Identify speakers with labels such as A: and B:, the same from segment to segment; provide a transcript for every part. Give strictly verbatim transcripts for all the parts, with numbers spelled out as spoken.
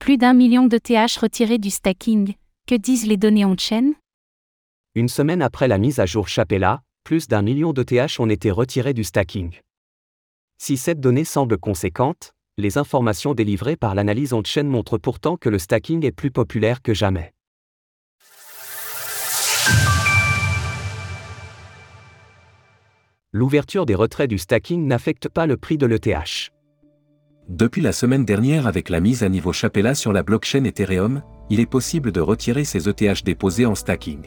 A: Plus d'un million d'E T H retirés du stacking, que disent les données on-chain ?
B: Une semaine après la mise à jour Shapella, plus d'un million d'E T H ont été retirés du stacking. Si cette donnée semble conséquente, les informations délivrées par l'analyse on-chain montrent pourtant que le stacking est plus populaire que jamais. L'ouverture des retraits du stacking n'affecte pas le prix de l'E T H.
C: Depuis la semaine dernière avec la mise à niveau Shapella sur la blockchain Ethereum, il est possible de retirer ces E T H déposés en stacking.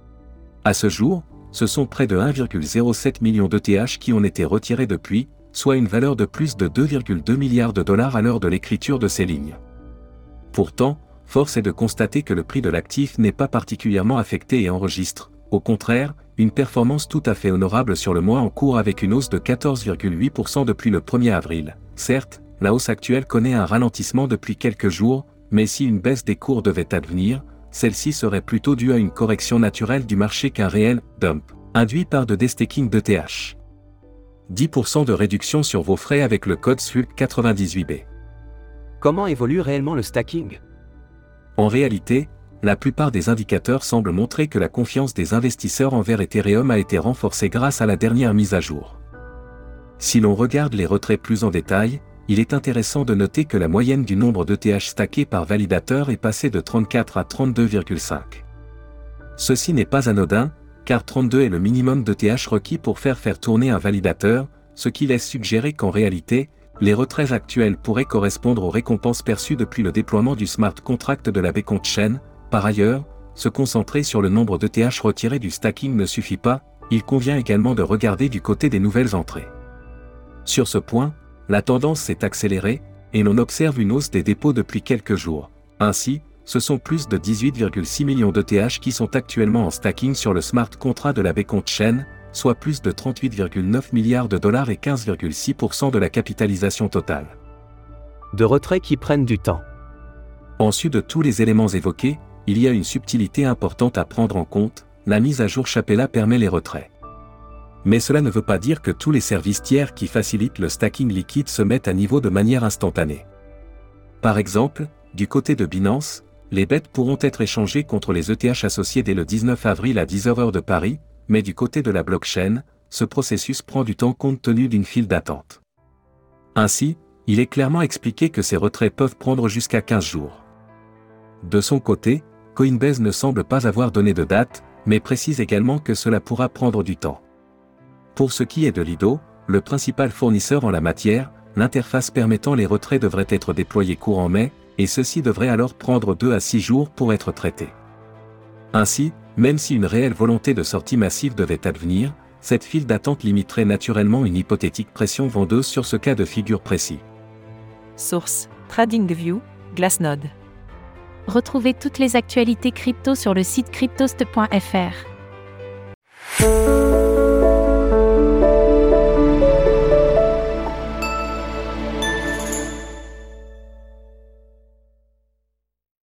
C: À ce jour, ce sont près de un virgule zéro sept million d'E T H qui ont été retirés depuis, soit une valeur de plus de deux virgule deux milliards de dollars à l'heure de l'écriture de ces lignes. Pourtant, force est de constater que le prix de l'actif n'est pas particulièrement affecté et enregistre, au contraire, une performance tout à fait honorable sur le mois en cours avec une hausse de quatorze virgule huit pour cent depuis le premier avril. Certes, la hausse actuelle connaît un ralentissement depuis quelques jours, mais si une baisse des cours devait advenir, celle-ci serait plutôt due à une correction naturelle du marché qu'un réel « dump » induit par de destaking d'E T H. dix pour cent de réduction sur vos frais avec le code S W I P quatre-vingt-dix-huit B.
B: Comment évolue réellement le stacking ?
C: En réalité, la plupart des indicateurs semblent montrer que la confiance des investisseurs envers Ethereum a été renforcée grâce à la dernière mise à jour. Si l'on regarde les retraits plus en détail, il est intéressant de noter que la moyenne du nombre d'E T H stackés par validateur est passée de trente-quatre à trente-deux virgule cinq. Ceci n'est pas anodin, car trente-deux est le minimum d'E T H requis pour faire faire tourner un validateur, ce qui laisse suggérer qu'en réalité, les retraits actuels pourraient correspondre aux récompenses perçues depuis le déploiement du smart contract de la Beacon Chain. Par ailleurs, se concentrer sur le nombre d'E T H retirés du stacking ne suffit pas, il convient également de regarder du côté des nouvelles entrées. Sur ce point, la tendance s'est accélérée, et l'on observe une hausse des dépôts depuis quelques jours. Ainsi, ce sont plus de dix-huit virgule six millions d'E T H qui sont actuellement en stacking sur le smart contract de la Beacon Chain, soit plus de trente-huit virgule neuf milliards de dollars et quinze virgule six pour cent de la capitalisation totale.
B: De retraits qui prennent du temps.
C: En sus de tous les éléments évoqués, il y a une subtilité importante à prendre en compte, la mise à jour Shapella permet les retraits. Mais cela ne veut pas dire que tous les services tiers qui facilitent le stacking liquide se mettent à niveau de manière instantanée. Par exemple, du côté de Binance, les B E T pourront être échangés contre les E T H associés dès le dix-neuf avril à dix heures heure de Paris, mais du côté de la blockchain, ce processus prend du temps compte tenu d'une file d'attente. Ainsi, il est clairement expliqué que ces retraits peuvent prendre jusqu'à quinze jours. De son côté, Coinbase ne semble pas avoir donné de date, mais précise également que cela pourra prendre du temps. Pour ce qui est de Lido, le principal fournisseur en la matière, l'interface permettant les retraits devrait être déployée courant mai, et ceci devrait alors prendre deux à six jours pour être traité. Ainsi, même si une réelle volonté de sortie massive devait advenir, cette file d'attente limiterait naturellement une hypothétique pression vendeuse sur ce cas de figure précis.
D: Source: TradingView, Glassnode.
A: Retrouvez toutes les actualités crypto sur le site cryptost point f r.